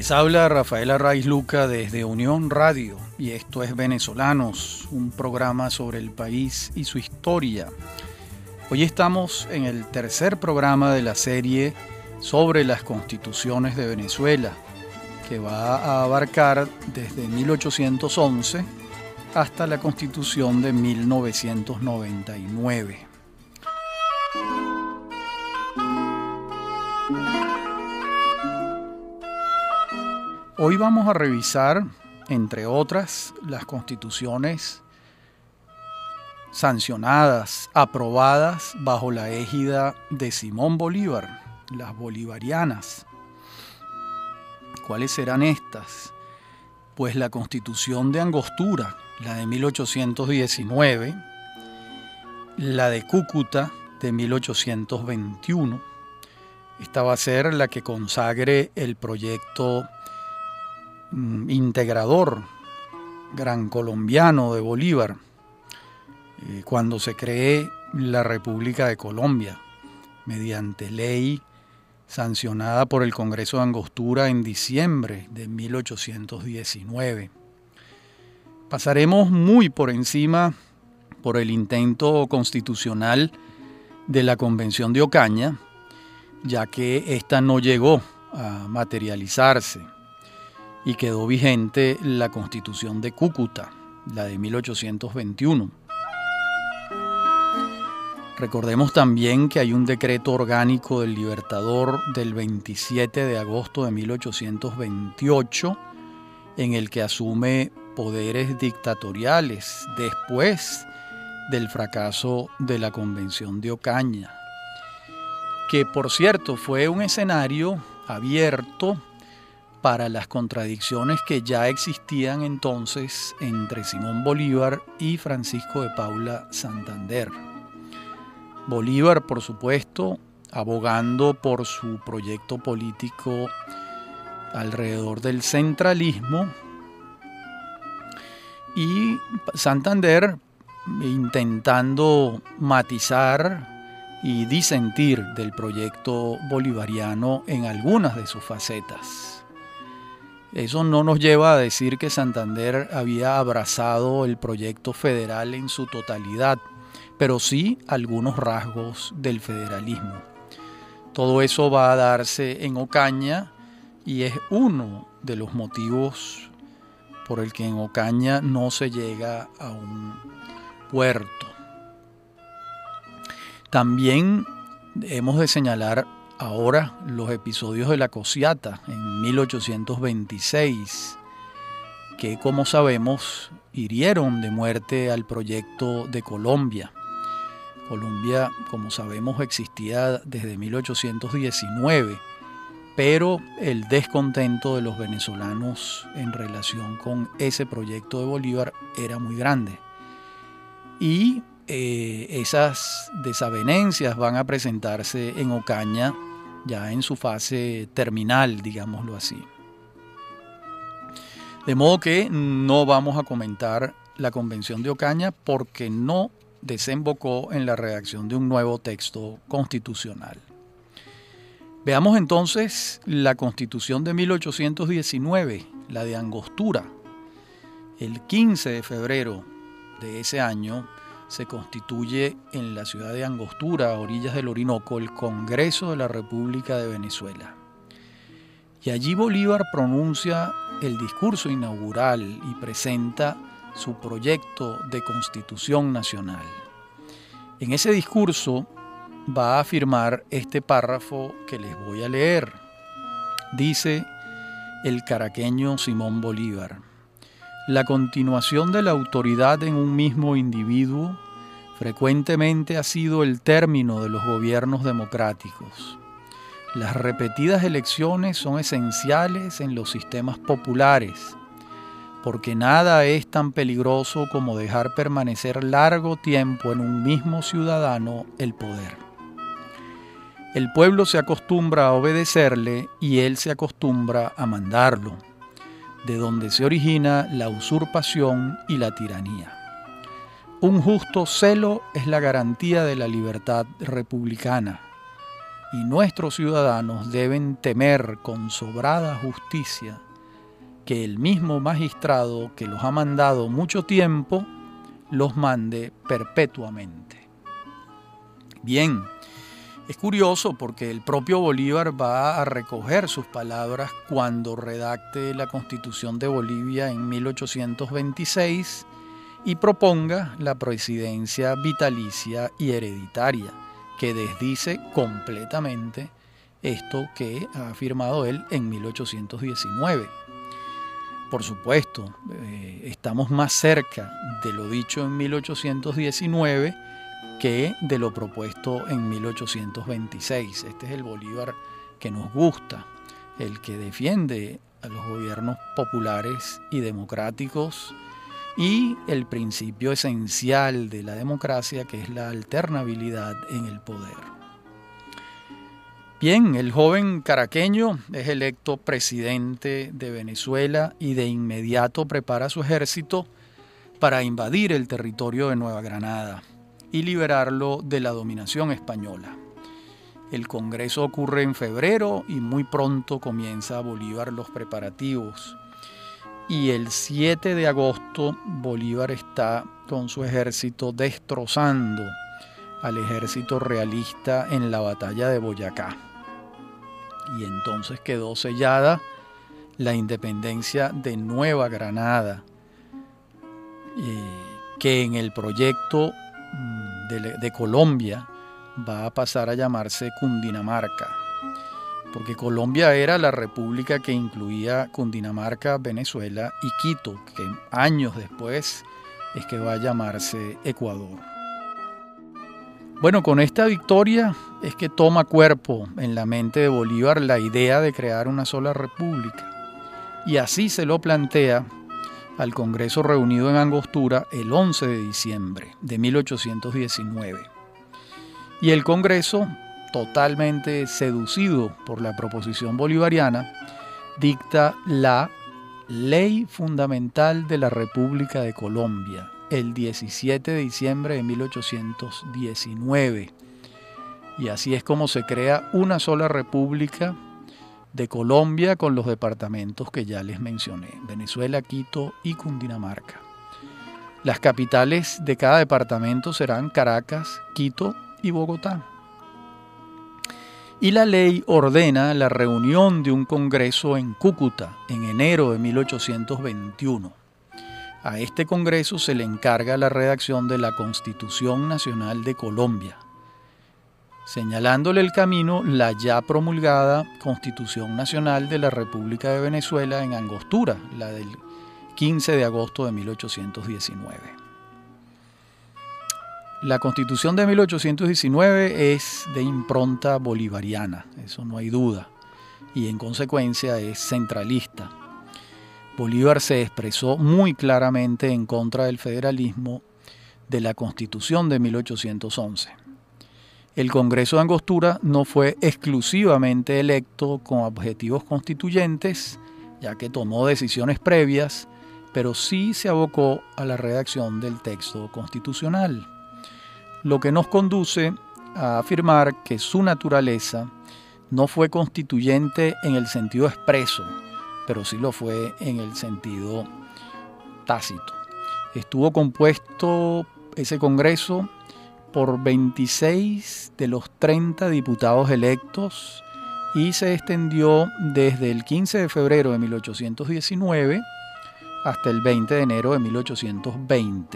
Les habla Rafael Arraiz Luca desde Unión Radio y esto es Venezolanos, un programa sobre el país y su historia. Hoy estamos en el tercer programa de la serie sobre las constituciones de Venezuela, que va a abarcar desde 1811 hasta la Constitución de 1999. Hoy vamos a revisar, entre otras, las constituciones sancionadas, aprobadas bajo la égida de Simón Bolívar, las bolivarianas. ¿Cuáles serán estas? Pues la Constitución de Angostura, la de 1819, la de Cúcuta de 1821. Esta va a ser la que consagre el proyecto integrador gran colombiano de Bolívar, cuando se cree la República de Colombia, mediante ley sancionada por el Congreso de Angostura en diciembre de 1819. Pasaremos muy por encima por el intento constitucional de la Convención de Ocaña, ya que esta no llegó a materializarse y quedó vigente la Constitución de Cúcuta, la de 1821. Recordemos también que hay un decreto orgánico del Libertador del 27 de agosto de 1828 en el que asume poderes dictatoriales después del fracaso de la Convención de Ocaña, que por cierto fue un escenario abierto para las contradicciones que ya existían entonces entre Simón Bolívar y Francisco de Paula Santander. Bolívar, por supuesto, abogando por su proyecto político alrededor del centralismo, y Santander intentando matizar y disentir del proyecto bolivariano en algunas de sus facetas. Eso no nos lleva a decir que Santander había abrazado el proyecto federal en su totalidad, pero sí algunos rasgos del federalismo. Todo eso va a darse en Ocaña y es uno de los motivos por el que en Ocaña no se llega a un puerto. También hemos de señalar ahora los episodios de la Cociata en 1826, que como sabemos hirieron de muerte al proyecto de Colombia. Colombia, como sabemos, existía desde 1819, pero el descontento de los venezolanos en relación con ese proyecto de Bolívar era muy grande. Y esas desavenencias van a presentarse en Ocaña ya en su fase terminal, digámoslo así. De modo que no vamos a comentar la Convención de Ocaña porque no desembocó en la redacción de un nuevo texto constitucional. Veamos entonces la Constitución de 1819, la de Angostura. El 15 de febrero de ese año se constituye en la ciudad de Angostura, a orillas del Orinoco, el Congreso de la República de Venezuela. Y allí Bolívar pronuncia el discurso inaugural y presenta su proyecto de Constitución Nacional. En ese discurso va a afirmar este párrafo que les voy a leer. Dice el caraqueño Simón Bolívar: la continuación de la autoridad en un mismo individuo frecuentemente ha sido el término de los gobiernos democráticos. Las repetidas elecciones son esenciales en los sistemas populares, porque nada es tan peligroso como dejar permanecer largo tiempo en un mismo ciudadano el poder. El pueblo se acostumbra a obedecerle y él se acostumbra a mandarlo, de donde se origina la usurpación y la tiranía. Un justo celo es la garantía de la libertad republicana. y nuestros ciudadanos deben temer con sobrada justicia que el mismo magistrado que los ha mandado mucho tiempo los mande perpetuamente. Bien, es curioso porque el propio Bolívar va a recoger sus palabras cuando redacte la Constitución de Bolivia en 1826 y proponga la presidencia vitalicia y hereditaria, que desdice completamente esto que ha afirmado él en 1819. Por supuesto, estamos más cerca de lo dicho en 1819 que de lo propuesto en 1826. Este es el Bolívar que nos gusta, el que defiende a los gobiernos populares y democráticos y el principio esencial de la democracia, que es la alternabilidad en el poder. Bien, el joven caraqueño es electo presidente de Venezuela y de inmediato prepara su ejército para invadir el territorio de Nueva Granada y liberarlo de la dominación española. El Congreso ocurre en febrero y muy pronto comienza Bolívar los preparativos. Y el 7 de agosto Bolívar está con su ejército destrozando al ejército realista en la batalla de Boyacá. Y entonces quedó sellada la independencia de Nueva Granada, que en el proyecto de Colombia va a pasar a llamarse Cundinamarca, porque Colombia era la república que incluía Cundinamarca, Venezuela y Quito, que años después es que va a llamarse Ecuador. Bueno, con esta victoria es que toma cuerpo en la mente de Bolívar la idea de crear una sola república, y así se lo plantea al Congreso reunido en Angostura el 11 de diciembre de 1819. Y el Congreso, totalmente seducido por la proposición bolivariana, dicta la Ley Fundamental de la República de Colombia el 17 de diciembre de 1819. Y así es como se crea una sola república de Colombia con los departamentos que ya les mencioné: Venezuela, Quito y Cundinamarca. Las capitales de cada departamento serán Caracas, Quito y Bogotá. Y la ley ordena la reunión de un congreso en Cúcuta en enero de 1821. A este congreso se le encarga la redacción de la Constitución Nacional de Colombia, señalándole el camino la ya promulgada Constitución Nacional de la República de Venezuela en Angostura, la del 15 de agosto de 1819. La Constitución de 1819 es de impronta bolivariana, eso no hay duda, y en consecuencia es centralista. Bolívar se expresó muy claramente en contra del federalismo de la Constitución de 1811. El Congreso de Angostura no fue exclusivamente electo con objetivos constituyentes, ya que tomó decisiones previas, pero sí se abocó a la redacción del texto constitucional, lo que nos conduce a afirmar que su naturaleza no fue constituyente en el sentido expreso, pero sí lo fue en el sentido tácito. Estuvo compuesto ese Congreso por 26 de los 30 diputados electos y se extendió desde el 15 de febrero de 1819 hasta el 20 de enero de 1820.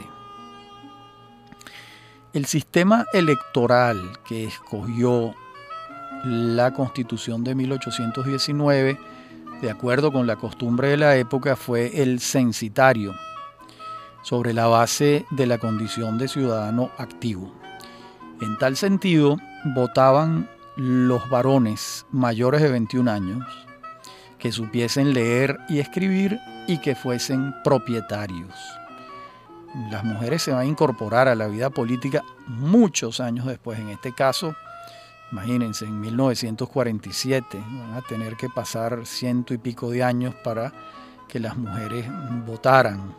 El sistema electoral que escogió la Constitución de 1819, de acuerdo con la costumbre de la época, fue el censitario, sobre la base de la condición de ciudadano activo. En tal sentido, votaban los varones mayores de 21 años, que supiesen leer y escribir y que fuesen propietarios. Las mujeres se van a incorporar a la vida política muchos años después. En este caso, imagínense, en 1947 van a tener que pasar 100 y pico de años para que las mujeres votaran.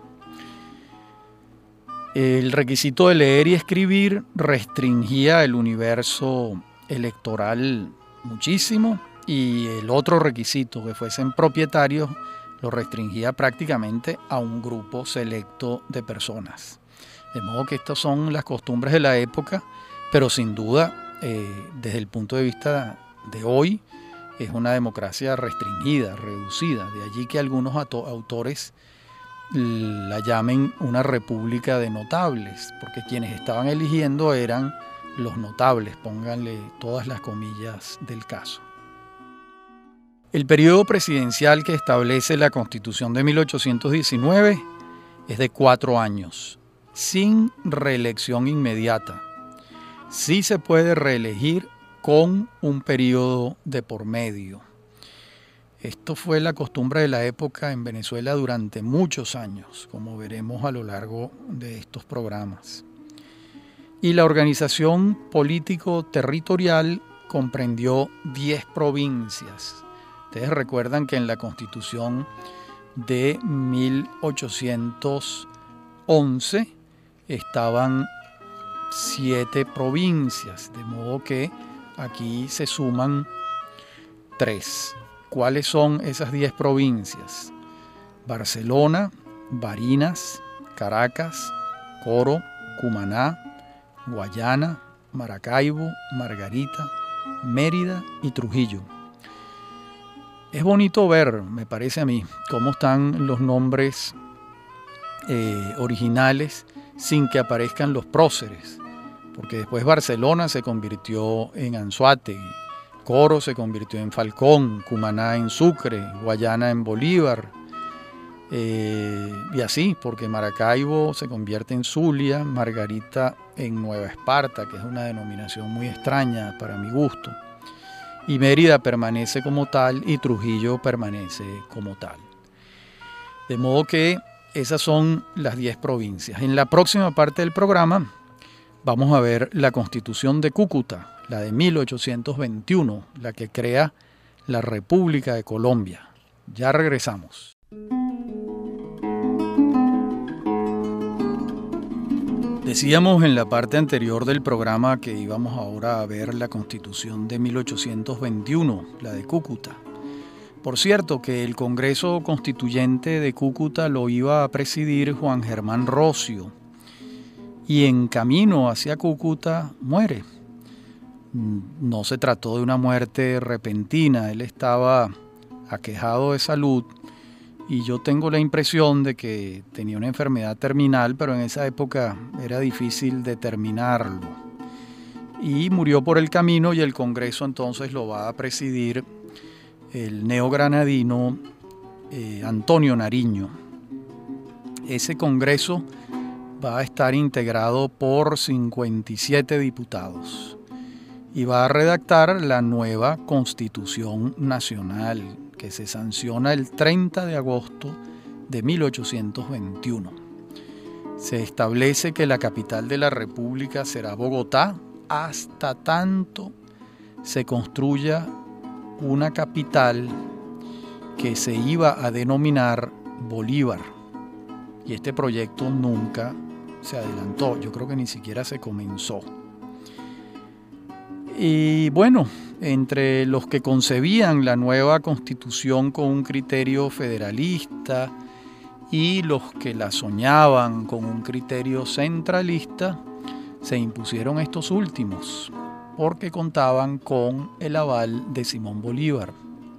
El requisito de leer y escribir restringía el universo electoral muchísimo, y el otro requisito, que fuesen propietarios, lo restringía prácticamente a un grupo selecto de personas. De modo que estas son las costumbres de la época, pero sin duda, desde el punto de vista de hoy, es una democracia restringida, reducida. De allí que algunos autores la llamen una república de notables, porque quienes estaban eligiendo eran los notables, pónganle todas las comillas del caso. El periodo presidencial que establece la Constitución de 1819 es de 4 años, sin reelección inmediata. Sí se puede reelegir con un periodo de por medio. Esto fue la costumbre de la época en Venezuela durante muchos años, como veremos a lo largo de estos programas. Y la organización político-territorial comprendió 10 provincias. Ustedes recuerdan que en la Constitución de 1811 estaban 7 provincias, de modo que aquí se suman 3. ¿Cuáles son esas 10 provincias? Barcelona, Barinas, Caracas, Coro, Cumaná, Guayana, Maracaibo, Margarita, Mérida y Trujillo. Es bonito ver, me parece a mí, cómo están los nombres originales sin que aparezcan los próceres, porque después Barcelona se convirtió en Anzoátegui, Coro se convirtió en Falcón, Cumaná en Sucre, Guayana en Bolívar, y así, porque Maracaibo se convierte en Zulia, Margarita en Nueva Esparta, que es una denominación muy extraña para mi gusto, y Mérida permanece como tal y Trujillo permanece como tal. De modo que esas son las 10 provincias. En la próxima parte del programa vamos a ver la Constitución de Cúcuta, la de 1821, la que crea la República de Colombia. Ya regresamos. Decíamos en la parte anterior del programa que íbamos ahora a ver la Constitución de 1821, la de Cúcuta. Por cierto, que el Congreso Constituyente de Cúcuta lo iba a presidir Juan Germán Rocio, y en camino hacia Cúcuta muere. No se trató de una muerte repentina, él estaba aquejado de salud y yo tengo la impresión de que tenía una enfermedad terminal, pero en esa época era difícil determinarlo. Y murió por el camino y el Congreso entonces lo va a presidir el neogranadino Antonio Nariño. Ese Congreso va a estar integrado por 57 diputados y va a redactar la nueva Constitución Nacional, que se sanciona el 30 de agosto de 1821. Se establece que la capital de la República será Bogotá hasta tanto se construya una capital que se iba a denominar Bolívar. Y este proyecto nunca se adelantó, yo creo que ni siquiera se comenzó. Y bueno, entre los que concebían la nueva constitución con un criterio federalista y los que la soñaban con un criterio centralista, se impusieron estos últimos, porque contaban con el aval de Simón Bolívar.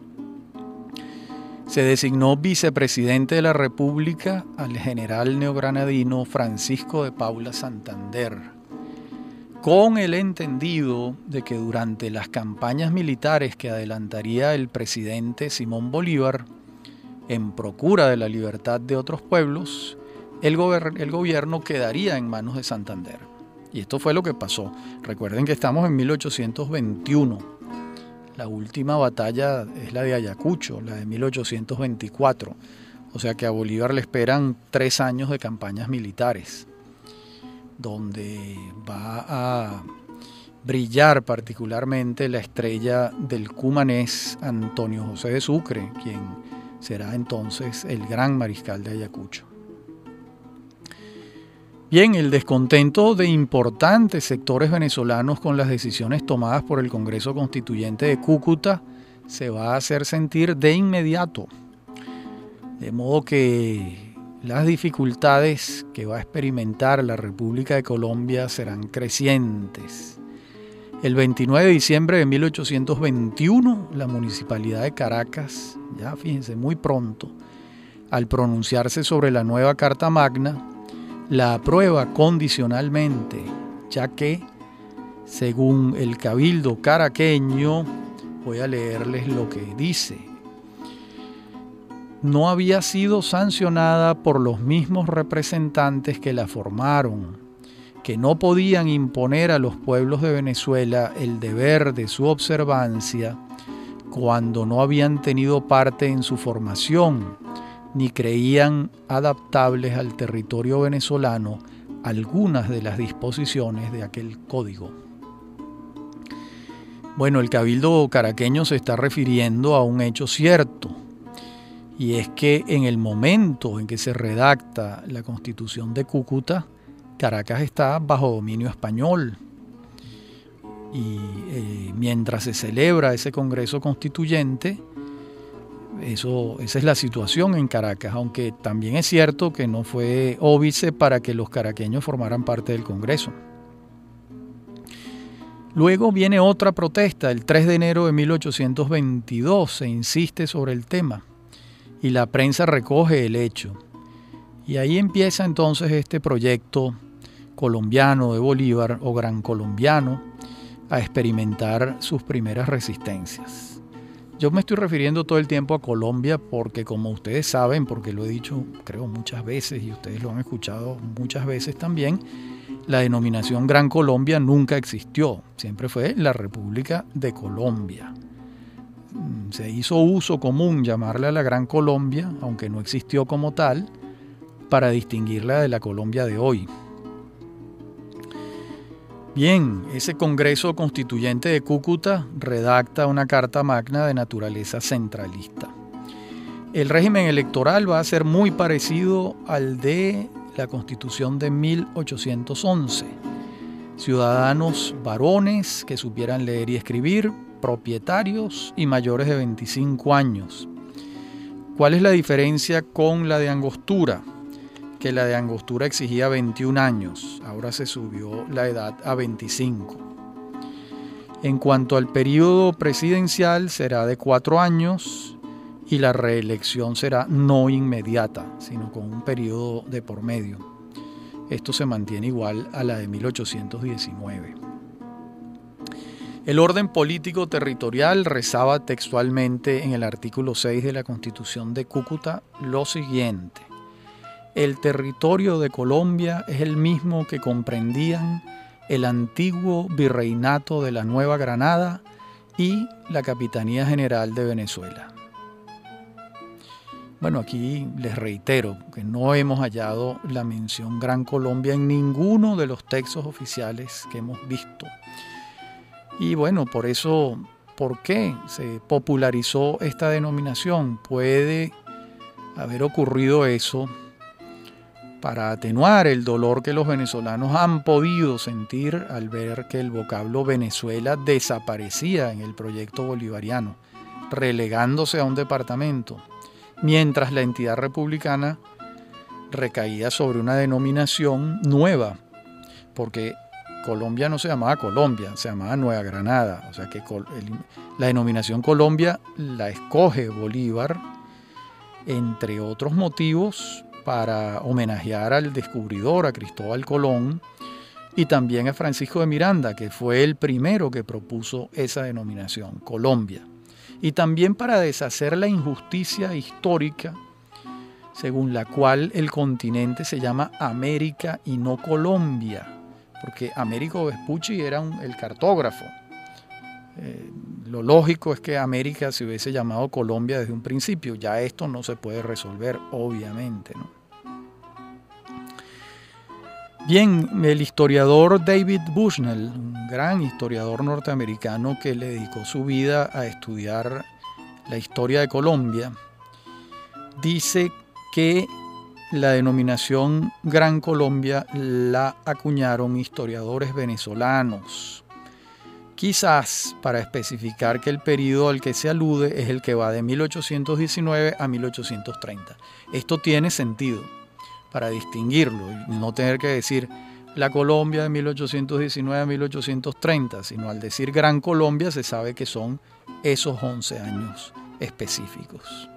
Se designó vicepresidente de la República al general neogranadino Francisco de Paula Santander, con el entendido de que durante las campañas militares que adelantaría el presidente Simón Bolívar, en procura de la libertad de otros pueblos, el gobierno quedaría en manos de Santander. Y esto fue lo que pasó. Recuerden que estamos en 1821. La última batalla es la de Ayacucho, la de 1824. O sea que a Bolívar le esperan 3 años de campañas militares, donde va a brillar particularmente la estrella del cumanés Antonio José de Sucre, quien será entonces el gran mariscal de Ayacucho. Bien, el descontento de importantes sectores venezolanos con las decisiones tomadas por el Congreso Constituyente de Cúcuta se va a hacer sentir de inmediato. De modo que las dificultades que va a experimentar la República de Colombia serán crecientes. El 29 de diciembre de 1821, la Municipalidad de Caracas, ya fíjense, muy pronto, al pronunciarse sobre la nueva Carta Magna, la aprueba condicionalmente, ya que, según el Cabildo caraqueño, voy a leerles lo que dice, no había sido sancionada por los mismos representantes que la formaron, que no podían imponer a los pueblos de Venezuela el deber de su observancia cuando no habían tenido parte en su formación, ni creían adaptables al territorio venezolano algunas de las disposiciones de aquel código. Bueno, el Cabildo caraqueño se está refiriendo a un hecho cierto, y es que en el momento en que se redacta la Constitución de Cúcuta, Caracas está bajo dominio español. Y mientras se celebra ese Congreso Constituyente, esa es la situación en Caracas, aunque también es cierto que no fue óbice para que los caraqueños formaran parte del Congreso. Luego viene otra protesta, el 3 de enero de 1822, se insiste sobre el tema y la prensa recoge el hecho. Y ahí empieza entonces este proyecto colombiano de Bolívar o Gran Colombiano a experimentar sus primeras resistencias. Yo me estoy refiriendo todo el tiempo a Colombia porque, como ustedes saben, porque lo he dicho creo muchas veces y ustedes lo han escuchado muchas veces también, la denominación Gran Colombia nunca existió, siempre fue la República de Colombia. Se hizo uso común llamarla la Gran Colombia, aunque no existió como tal, para distinguirla de la Colombia de hoy. Bien, ese Congreso Constituyente de Cúcuta redacta una Carta Magna de naturaleza centralista. El régimen electoral va a ser muy parecido al de la Constitución de 1811. Ciudadanos varones que supieran leer y escribir, propietarios y mayores de 25 años. ¿Cuál es la diferencia con la de Angostura? Que la de Angostura exigía 21 años, ahora se subió la edad a 25. En cuanto al periodo presidencial, será de 4 años y la reelección será no inmediata, sino con un periodo de por medio. Esto se mantiene igual a la de 1819. El orden político territorial rezaba textualmente en el artículo 6 de la Constitución de Cúcuta lo siguiente: el territorio de Colombia es el mismo que comprendían el antiguo virreinato de la Nueva Granada y la Capitanía General de Venezuela. Bueno, aquí les reitero que no hemos hallado la mención Gran Colombia en ninguno de los textos oficiales que hemos visto. Y bueno, por eso, ¿por qué se popularizó esta denominación? Puede haber ocurrido eso para atenuar el dolor que los venezolanos han podido sentir al ver que el vocablo Venezuela desaparecía en el proyecto bolivariano, relegándose a un departamento, mientras la entidad republicana recaía sobre una denominación nueva, porque Colombia no se llamaba Colombia, se llamaba Nueva Granada, o sea que la denominación Colombia la escoge Bolívar, entre otros motivos, para homenajear al descubridor, a Cristóbal Colón, y también a Francisco de Miranda, que fue el primero que propuso esa denominación, Colombia. Y también para deshacer la injusticia histórica según la cual el continente se llama América y no Colombia, porque Américo Vespucci era el cartógrafo. Lo lógico es que América se hubiese llamado Colombia desde un principio. Ya esto no se puede resolver, obviamente, ¿no? Bien, el historiador David Bushnell, un gran historiador norteamericano que le dedicó su vida a estudiar la historia de Colombia, dice que la denominación Gran Colombia la acuñaron historiadores venezolanos, quizás para especificar que el periodo al que se alude es el que va de 1819 a 1830. Esto tiene sentido para distinguirlo y no tener que decir la Colombia de 1819 a 1830, sino al decir Gran Colombia se sabe que son esos 11 años específicos.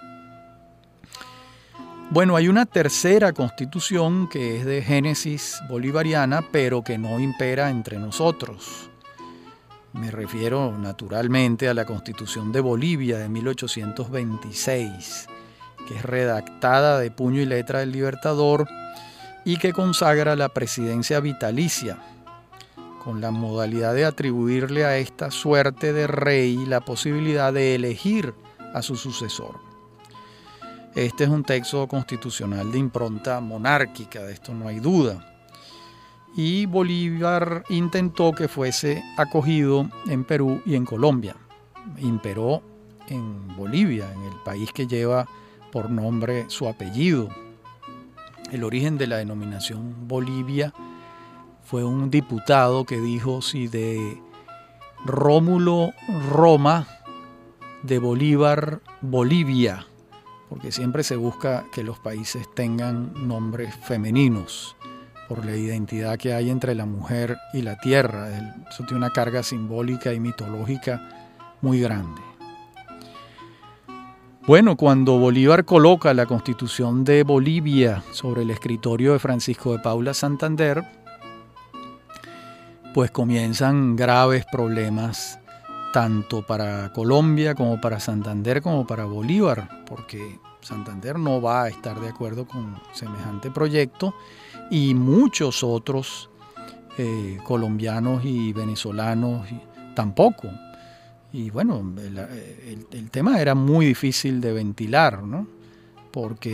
Bueno, hay una tercera constitución que es de génesis bolivariana, pero que no impera entre nosotros. Me refiero naturalmente a la Constitución de Bolivia de 1826, que es redactada de puño y letra del Libertador y que consagra la presidencia vitalicia, con la modalidad de atribuirle a esta suerte de rey la posibilidad de elegir a su sucesor. Este es un texto constitucional de impronta monárquica, de esto no hay duda. Y Bolívar intentó que fuese acogido en Perú y en Colombia. Imperó en Bolivia, en el país que lleva por nombre su apellido. El origen de la denominación Bolivia fue un diputado que dijo si de Rómulo Roma, de Bolívar Bolivia, porque siempre se busca que los países tengan nombres femeninos por la identidad que hay entre la mujer y la tierra. Eso tiene una carga simbólica y mitológica muy grande. Bueno, cuando Bolívar coloca la Constitución de Bolivia sobre el escritorio de Francisco de Paula Santander, pues comienzan graves problemas tanto para Colombia como para Santander como para Bolívar, porque Santander no va a estar de acuerdo con semejante proyecto y muchos otros colombianos y venezolanos tampoco. Y bueno, el tema era muy difícil de ventilar, ¿no? Porque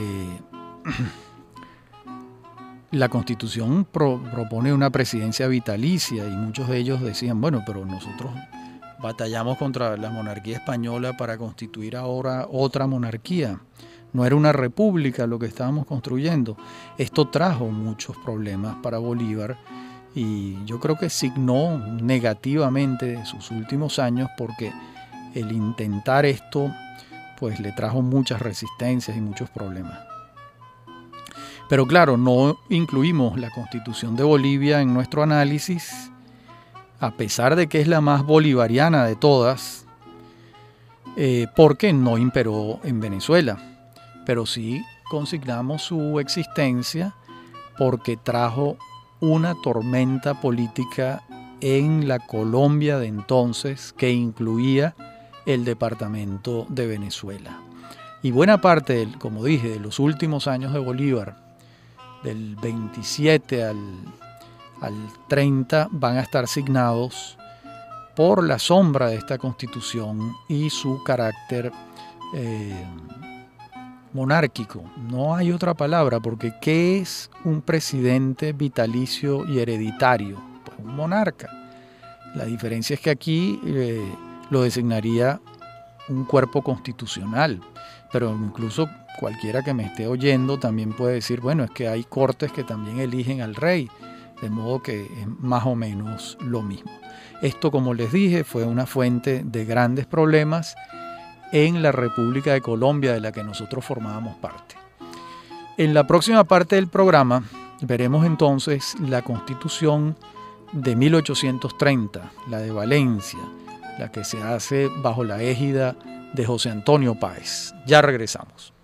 la Constitución propone una presidencia vitalicia y muchos de ellos decían, bueno, pero nosotros batallamos contra la monarquía española para constituir ahora otra monarquía. No era una república lo que estábamos construyendo. Esto trajo muchos problemas para Bolívar y yo creo que signó negativamente sus últimos años porque el intentar esto pues le trajo muchas resistencias y muchos problemas. Pero claro, no incluimos la Constitución de Bolivia en nuestro análisis, a pesar de que es la más bolivariana de todas, porque no imperó en Venezuela, pero sí consignamos su existencia porque trajo una tormenta política en la Colombia de entonces que incluía el departamento de Venezuela. Y buena parte, como dije, de los últimos años de Bolívar, del 27 al 30, van a estar signados por la sombra de esta Constitución y su carácter monárquico. No hay otra palabra, porque ¿qué es un presidente vitalicio y hereditario? Pues un monarca. La diferencia es que aquí lo designaría un cuerpo constitucional, pero incluso cualquiera que me esté oyendo también puede decir, bueno, es que hay cortes que también eligen al rey, de modo que es más o menos lo mismo. Esto, como les dije, fue una fuente de grandes problemas en la República de Colombia, de la que nosotros formábamos parte. En la próxima parte del programa veremos entonces la Constitución de 1830, la de Valencia, la que se hace bajo la égida de José Antonio Páez. Ya regresamos.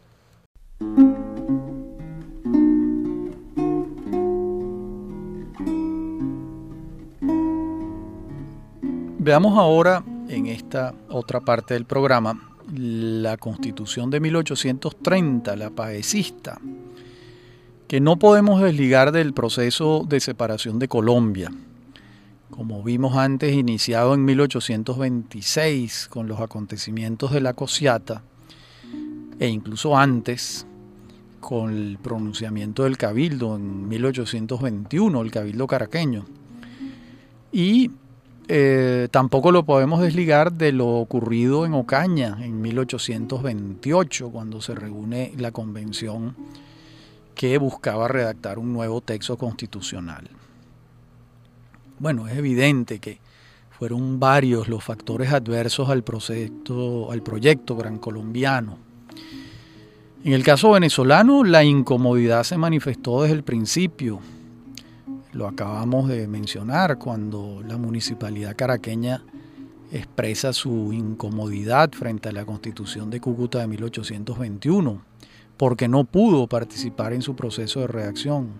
Veamos ahora, en esta otra parte del programa, la Constitución de 1830, la paecista, que no podemos desligar del proceso de separación de Colombia, como vimos antes, iniciado en 1826 con los acontecimientos de la Cociata, e incluso antes con el pronunciamiento del Cabildo en 1821, el Cabildo caraqueño. Y tampoco lo podemos desligar de lo ocurrido en Ocaña en 1828, cuando se reúne la convención que buscaba redactar un nuevo texto constitucional. Bueno, es evidente que fueron varios los factores adversos al proyecto gran colombiano. En el caso venezolano, la incomodidad se manifestó desde el principio. Lo acabamos de mencionar cuando la municipalidad caraqueña expresa su incomodidad frente a la Constitución de Cúcuta de 1821, porque no pudo participar en su proceso de redacción.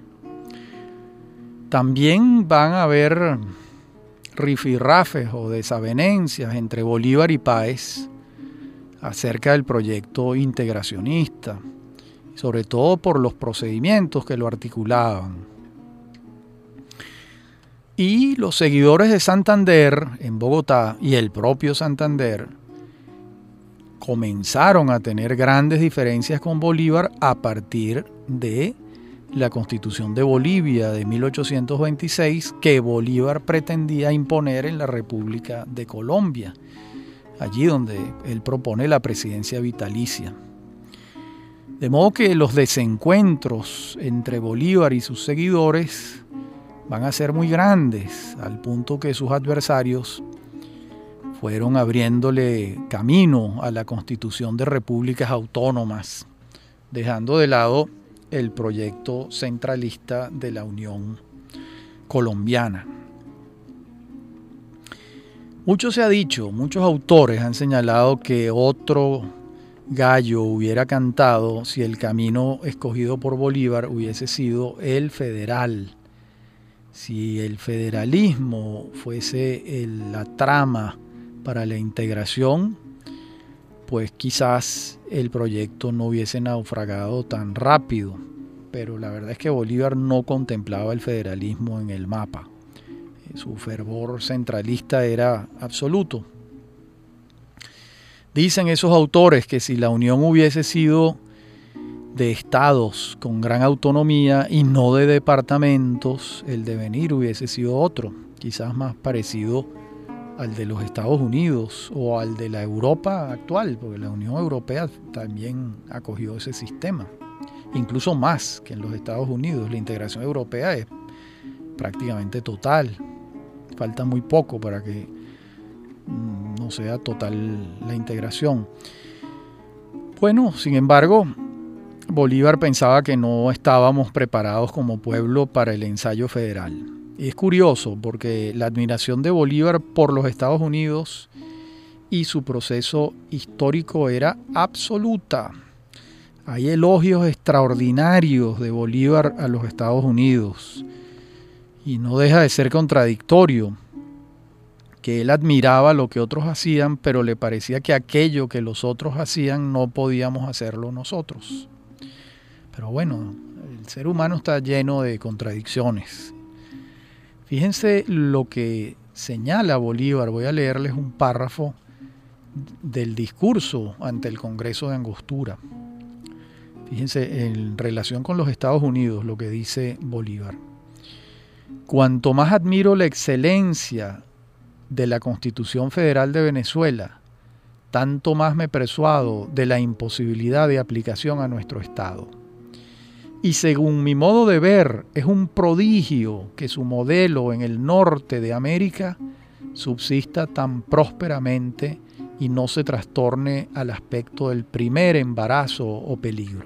También van a haber rifirrafes o desavenencias entre Bolívar y Páez acerca del proyecto integracionista, sobre todo por los procedimientos que lo articulaban. Y los seguidores de Santander en Bogotá y el propio Santander comenzaron a tener grandes diferencias con Bolívar a partir de la Constitución de Bolivia de 1826 que Bolívar pretendía imponer en la República de Colombia, allí donde él propone la presidencia vitalicia. De modo que los desencuentros entre Bolívar y sus seguidores van a ser muy grandes, al punto que sus adversarios fueron abriéndole camino a la constitución de repúblicas autónomas, dejando de lado el proyecto centralista de la Unión Colombiana. Mucho se ha dicho, muchos autores han señalado que otro gallo hubiera cantado si el camino escogido por Bolívar hubiese sido el federal. Si el federalismo fuese la trama para la integración, pues quizás el proyecto no hubiese naufragado tan rápido. Pero la verdad es que Bolívar no contemplaba el federalismo en el mapa. Su fervor centralista era absoluto. Dicen esos autores que si la unión hubiese sido de estados con gran autonomía y no de departamentos, el devenir hubiese sido otro, quizás más parecido al de los Estados Unidos o al de la Europa actual, porque la Unión Europea también acogió ese sistema, incluso más que en los Estados Unidos. La integración europea es prácticamente total, falta muy poco para que no sea total la integración. Bueno, sin embargo, Bolívar pensaba que no estábamos preparados como pueblo para el ensayo federal. Y es curioso porque la admiración de Bolívar por los Estados Unidos y su proceso histórico era absoluta. Hay elogios extraordinarios de Bolívar a los Estados Unidos. Y no deja de ser contradictorio que él admiraba lo que otros hacían, pero le parecía que aquello que los otros hacían no podíamos hacerlo nosotros. Pero bueno, el ser humano está lleno de contradicciones. Fíjense lo que señala Bolívar. Voy a leerles un párrafo del discurso ante el Congreso de Angostura. Fíjense en relación con los Estados Unidos lo que dice Bolívar. Cuanto más admiro la excelencia de la Constitución Federal de Venezuela, tanto más me persuado de la imposibilidad de aplicación a nuestro Estado. Y según mi modo de ver, es un prodigio que su modelo en el norte de América subsista tan prósperamente y no se trastorne al aspecto del primer embarazo o peligro.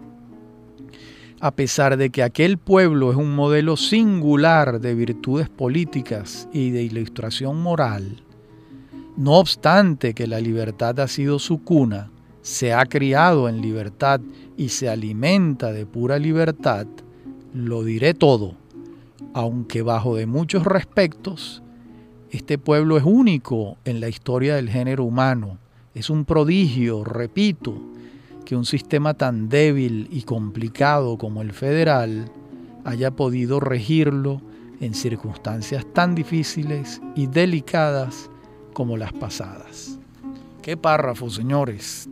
A pesar de que aquel pueblo es un modelo singular de virtudes políticas y de ilustración moral, no obstante que la libertad ha sido su cuna, se ha criado en libertad y se alimenta de pura libertad, lo diré todo, aunque bajo de muchos respectos, este pueblo es único en la historia del género humano. Es un prodigio, repito, que un sistema tan débil y complicado como el federal haya podido regirlo en circunstancias tan difíciles y delicadas como las pasadas. ¡Qué párrafo, señores!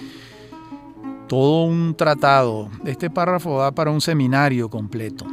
Todo un tratado. Este párrafo da para un seminario completo.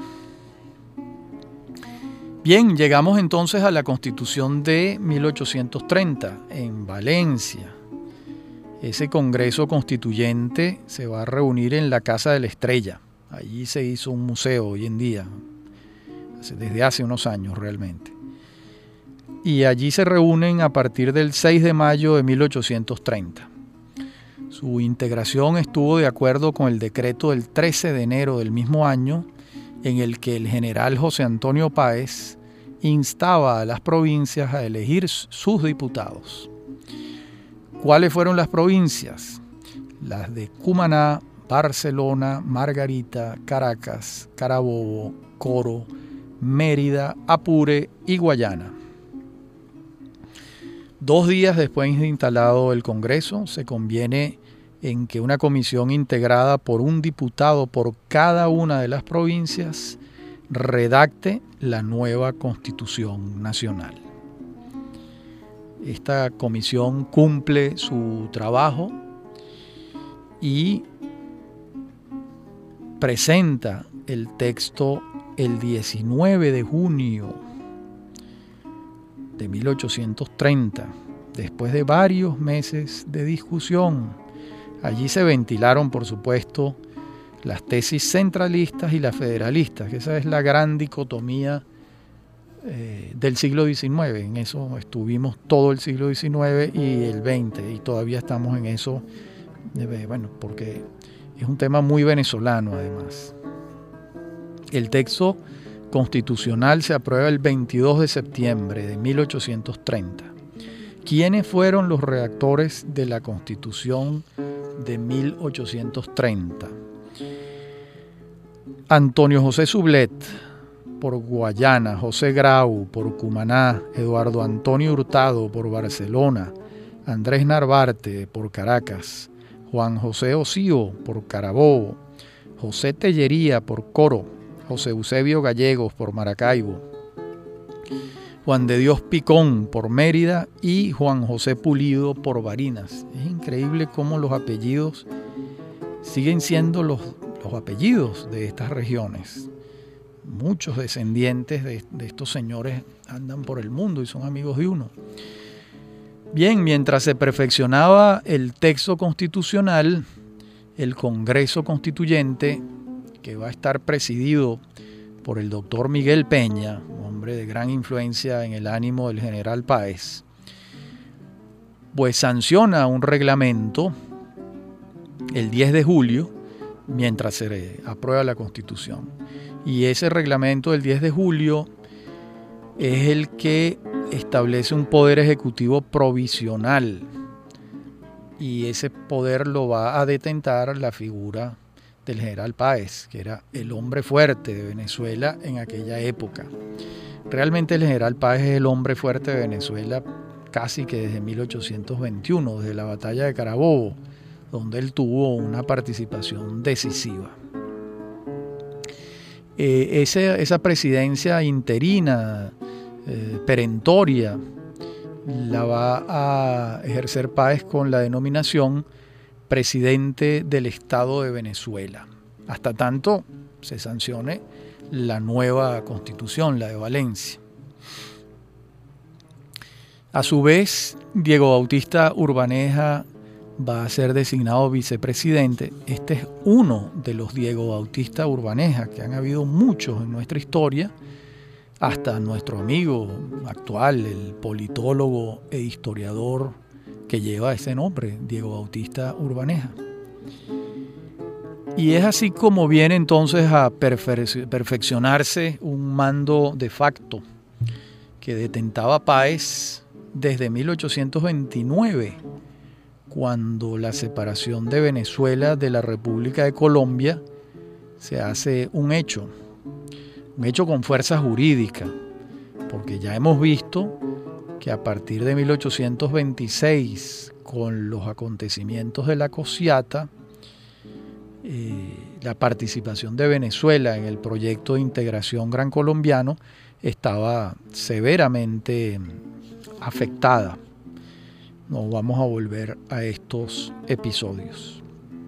Bien, llegamos entonces a la Constitución de 1830 en Valencia. Ese Congreso Constituyente se va a reunir en la Casa de la Estrella. Allí se hizo un museo hoy en día, desde hace unos años realmente. Y allí se reúnen a partir del 6 de mayo de 1830. Su integración estuvo de acuerdo con el decreto del 13 de enero del mismo año, en el que el general José Antonio Páez instaba a las provincias a elegir sus diputados. ¿Cuáles fueron las provincias? Las de Cumaná, Barcelona, Margarita, Caracas, Carabobo, Coro, Mérida, Apure y Guayana. 2 días después de instalado el Congreso, se conviene en que una comisión integrada por un diputado por cada una de las provincias redacte la nueva Constitución Nacional. Esta comisión cumple su trabajo y presenta el texto el 19 de junio de 1830, después de varios meses de discusión. Allí se ventilaron, por supuesto, las tesis centralistas y las federalistas, que esa es la gran dicotomía del siglo XIX. En eso estuvimos todo el siglo XIX y el XX, y todavía estamos en eso, porque es un tema muy venezolano además. El texto constitucional se aprueba el 22 de septiembre de 1830. ¿Quiénes fueron los redactores de la Constitución de 1830? Antonio José Sublet por Guayana, José Grau por Cumaná, Eduardo Antonio Hurtado por Barcelona, Andrés Narvarte por Caracas, Juan José Osío por Carabobo, José Tellería por Coro, José Eusebio Gallegos por Maracaibo, Juan de Dios Picón por Mérida y Juan José Pulido por Barinas. Es increíble cómo los apellidos siguen siendo los apellidos de estas regiones. Muchos descendientes de estos señores andan por el mundo y son amigos de uno. Bien, mientras se perfeccionaba el texto constitucional, el Congreso Constituyente, que va a estar presidido por el doctor Miguel Peña, un hombre de gran influencia en el ánimo del general Páez, pues sanciona un reglamento el 10 de julio, mientras se aprueba la Constitución. Y ese reglamento del 10 de julio es el que establece un poder ejecutivo provisional, y ese poder lo va a detentar la figura del general Páez, que era el hombre fuerte de Venezuela en aquella época. Realmente el general Páez es el hombre fuerte de Venezuela casi que desde 1821, desde la batalla de Carabobo, donde él tuvo una participación decisiva. Esa presidencia interina, perentoria, la va a ejercer Páez con la denominación presidente del Estado de Venezuela, hasta tanto se sancione la nueva Constitución, la de Valencia. A su vez, Diego Bautista Urbaneja va a ser designado vicepresidente. Este es uno de los Diego Bautista Urbaneja, que han habido muchos en nuestra historia, hasta nuestro amigo actual, el politólogo e historiador que lleva ese nombre, Diego Bautista Urbaneja. Y es así como viene entonces a perfeccionarse un mando de facto que detentaba Páez desde 1829, cuando la separación de Venezuela de la República de Colombia se hace un hecho con fuerza jurídica, porque ya hemos visto que a partir de 1826, con los acontecimientos de la Cociata, la participación de Venezuela en el proyecto de integración gran colombiano estaba severamente afectada. No vamos a volver a estos episodios.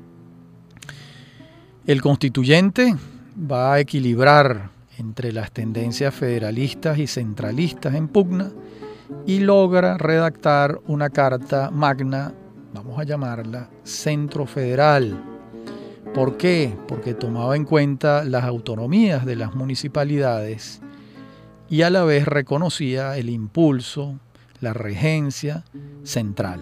El constituyente va a equilibrar entre las tendencias federalistas y centralistas en pugna y logra redactar una carta magna, vamos a llamarla Centro Federal, ¿Por qué? Porque tomaba en cuenta las autonomías de las municipalidades y a la vez reconocía el impulso, la regencia central.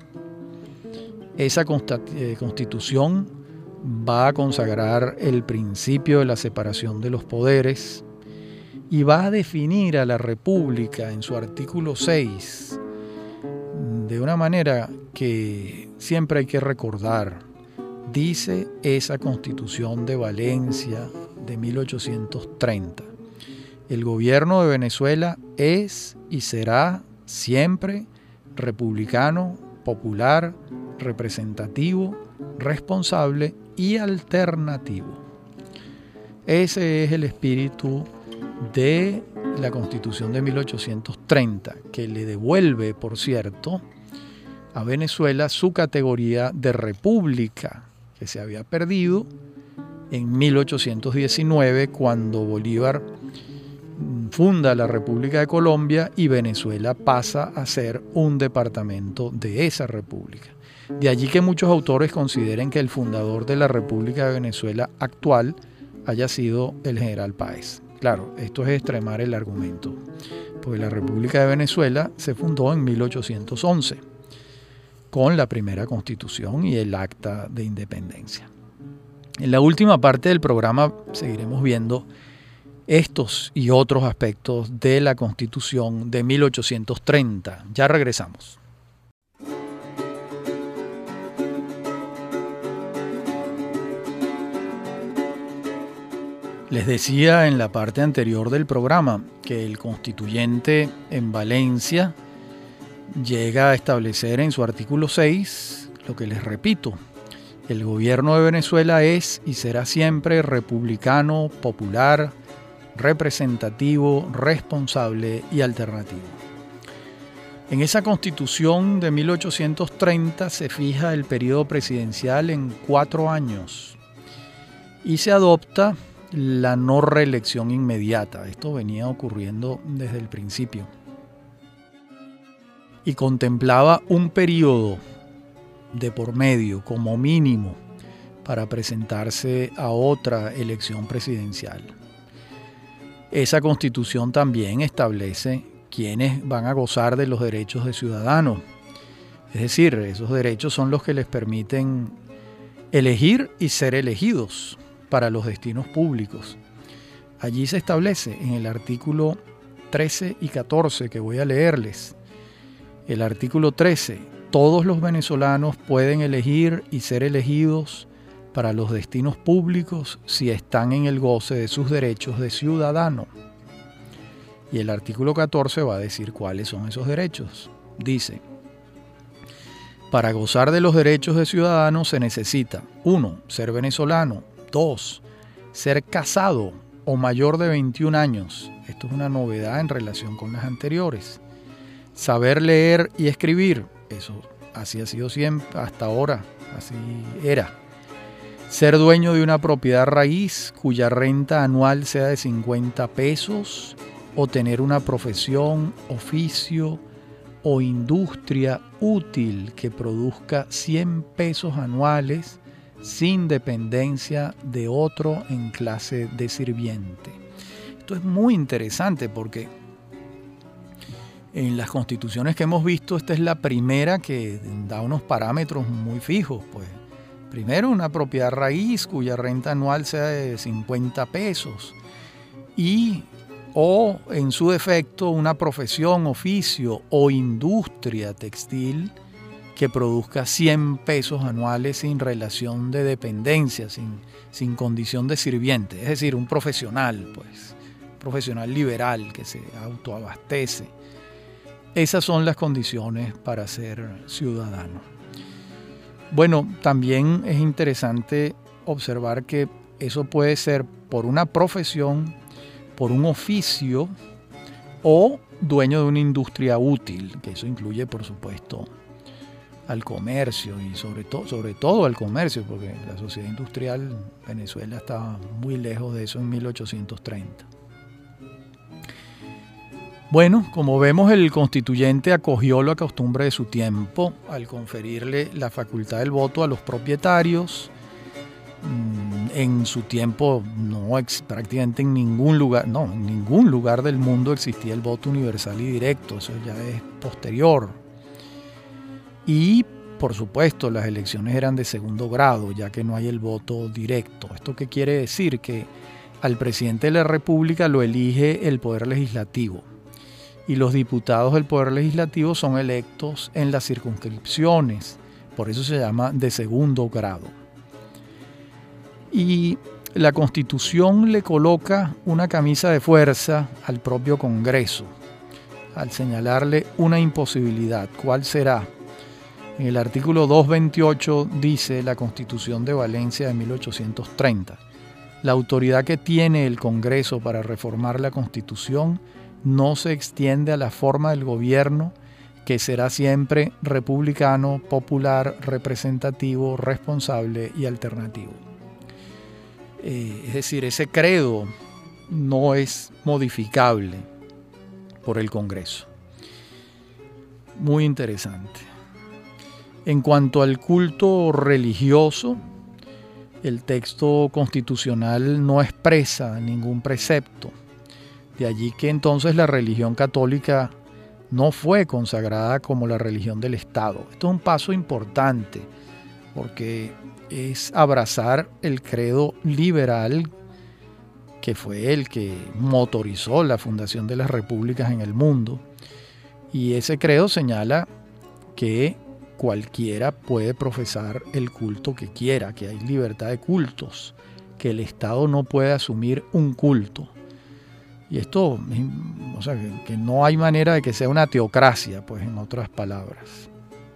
Esa constitución va a consagrar el principio de la separación de los poderes y va a definir a la República en su artículo 6 de una manera que siempre hay que recordar. Dice esa Constitución de Valencia de 1830: el gobierno de Venezuela es y será siempre republicano, popular, representativo, responsable y alternativo. Ese es el espíritu de la Constitución de 1830, que le devuelve, por cierto, a Venezuela su categoría de república, que se había perdido en 1819, cuando Bolívar funda la República de Colombia y Venezuela pasa a ser un departamento de esa república. De allí que muchos autores consideren que el fundador de la República de Venezuela actual haya sido el general Páez. Claro, esto es extremar el argumento, porque la República de Venezuela se fundó en 1811 con la primera Constitución y el Acta de Independencia. En la última parte del programa seguiremos viendo estos y otros aspectos de la Constitución de 1830. Ya regresamos. Les decía en la parte anterior del programa que el constituyente en Valencia llega a establecer en su artículo 6 lo que les repito: el gobierno de Venezuela es y será siempre republicano, popular, representativo, responsable y alternativo. En esa Constitución de 1830 se fija el periodo presidencial en 4 años y se adopta la no reelección inmediata. Esto venía ocurriendo desde el principio. Y contemplaba un periodo de por medio, como mínimo, para presentarse a otra elección presidencial. Esa Constitución también establece quiénes van a gozar de los derechos de ciudadanos. Es decir, esos derechos son los que les permiten elegir y ser elegidos para los destinos públicos. Allí se establece en el artículo 13 y 14 que voy a leerles. El artículo 13: todos los venezolanos pueden elegir y ser elegidos para los destinos públicos si están en el goce de sus derechos de ciudadano. Y el artículo 14 va a decir cuáles son esos derechos. Dice: para gozar de los derechos de ciudadano se necesita 1. Ser venezolano. 2. Ser casado o mayor de 21 años. Esto es una novedad en relación con las anteriores. Saber leer y escribir. Eso así ha sido siempre, hasta ahora, así era. Ser dueño de una propiedad raíz cuya renta anual sea de 50 pesos o tener una profesión, oficio o industria útil que produzca 100 pesos anuales sin dependencia de otro en clase de sirviente. Esto es muy interesante porque en las constituciones que hemos visto, esta es la primera que da unos parámetros muy fijos. Pues, primero, una propiedad raíz cuya renta anual sea de 50 pesos o en su defecto una profesión, oficio o industria textil que produzca 100 pesos anuales sin relación de dependencia, sin condición de sirviente. Es decir, un profesional, pues, profesional liberal que se autoabastece. Esas son las condiciones para ser ciudadano. Bueno, también es interesante observar que eso puede ser por una profesión, por un oficio o dueño de una industria útil, que eso incluye, por supuesto, al comercio y sobre todo al comercio, porque la sociedad industrial Venezuela estaba muy lejos de eso en 1830. Bueno, como vemos, el constituyente acogió la costumbre de su tiempo al conferirle la facultad del voto a los propietarios En su tiempo prácticamente en ningún lugar del mundo existía el voto universal y directo, eso ya es posterior. Y por supuesto las elecciones eran de segundo grado, ya que no hay el voto directo. ¿Esto qué quiere decir? Que al presidente de la República lo elige el Poder Legislativo y los diputados del Poder Legislativo son electos en las circunscripciones, por eso se llama de segundo grado. Y la Constitución le coloca una camisa de fuerza al propio Congreso al señalarle una imposibilidad. ¿Cuál será? En el artículo 228 dice la Constitución de Valencia de 1830: la autoridad que tiene el Congreso para reformar la Constitución no se extiende a la forma del gobierno, que será siempre republicano, popular, representativo, responsable y alternativo. Es decir, ese credo no es modificable por el Congreso. Muy interesante. En cuanto al culto religioso, el texto constitucional no expresa ningún precepto. De allí que entonces la religión católica no fue consagrada como la religión del Estado. Esto es un paso importante porque es abrazar el credo liberal que fue el que motorizó la fundación de las repúblicas en el mundo. Y ese credo señala que cualquiera puede profesar el culto que quiera, que hay libertad de cultos, que el Estado no puede asumir un culto. Y esto, o sea, que no hay manera de que sea una teocracia, pues en otras palabras.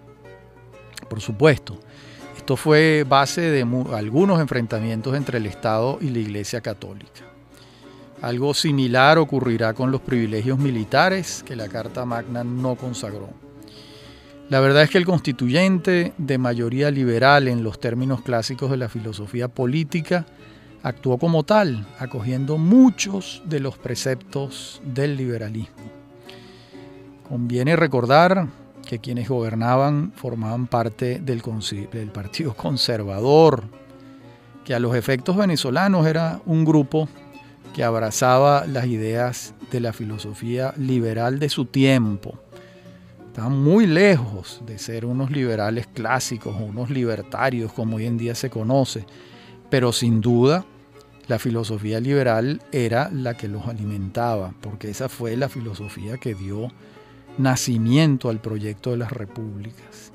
Por supuesto, esto fue base de algunos enfrentamientos entre el Estado y la Iglesia Católica. Algo similar ocurrirá con los privilegios militares que la Carta Magna no consagró. La verdad es que el constituyente, de mayoría liberal en los términos clásicos de la filosofía política, actuó como tal, acogiendo muchos de los preceptos del liberalismo. Conviene recordar que quienes gobernaban formaban parte del Partido Conservador, que a los efectos venezolanos era un grupo que abrazaba las ideas de la filosofía liberal de su tiempo. Estaban muy lejos de ser unos liberales clásicos o unos libertarios como hoy en día se conoce, pero sin duda la filosofía liberal era la que los alimentaba, porque esa fue la filosofía que dio nacimiento al proyecto de las repúblicas.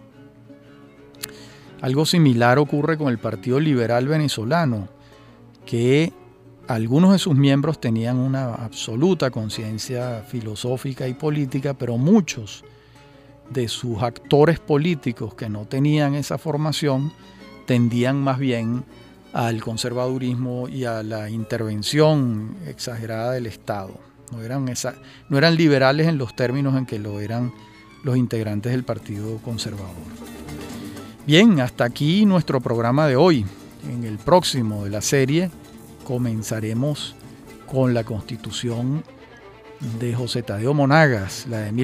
Algo similar ocurre con el Partido Liberal Venezolano, que algunos de sus miembros tenían una absoluta conciencia filosófica y política, pero muchos de sus actores políticos que no tenían esa formación tendían más bien al conservadurismo y a la intervención exagerada del Estado. No eran liberales en los términos en que lo eran los integrantes del Partido Conservador. Bien, hasta aquí nuestro programa de hoy. En el próximo de la serie comenzaremos con la Constitución de José Tadeo Monagas, la de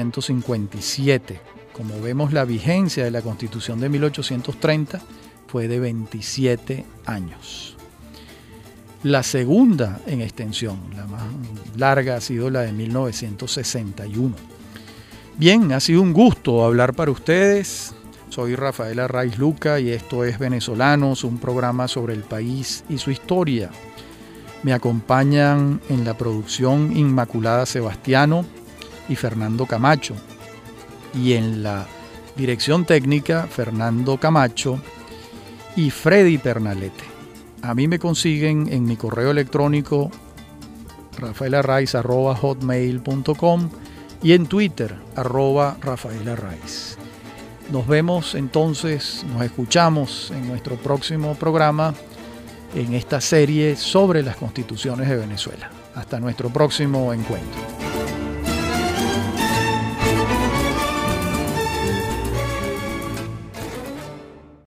1857. Como vemos, la vigencia de la Constitución de 1830 fue de 27 años. La segunda en extensión, la más larga, ha sido la de 1961. Bien, ha sido un gusto hablar para ustedes. Soy Rafael Arraiz Luca y esto es Venezolanos, un programa sobre el país y su historia. Me acompañan en la producción Inmaculada Sebastiano y Fernando Camacho. Y en la dirección técnica Fernando Camacho y Freddy Pernalete. A mí me consiguen en mi correo electrónico rafaelarraiz@hotmail.com y en Twitter @rafaelarraiz. Nos vemos entonces, nos escuchamos en nuestro próximo programa en esta serie sobre las constituciones de Venezuela. Hasta nuestro próximo encuentro.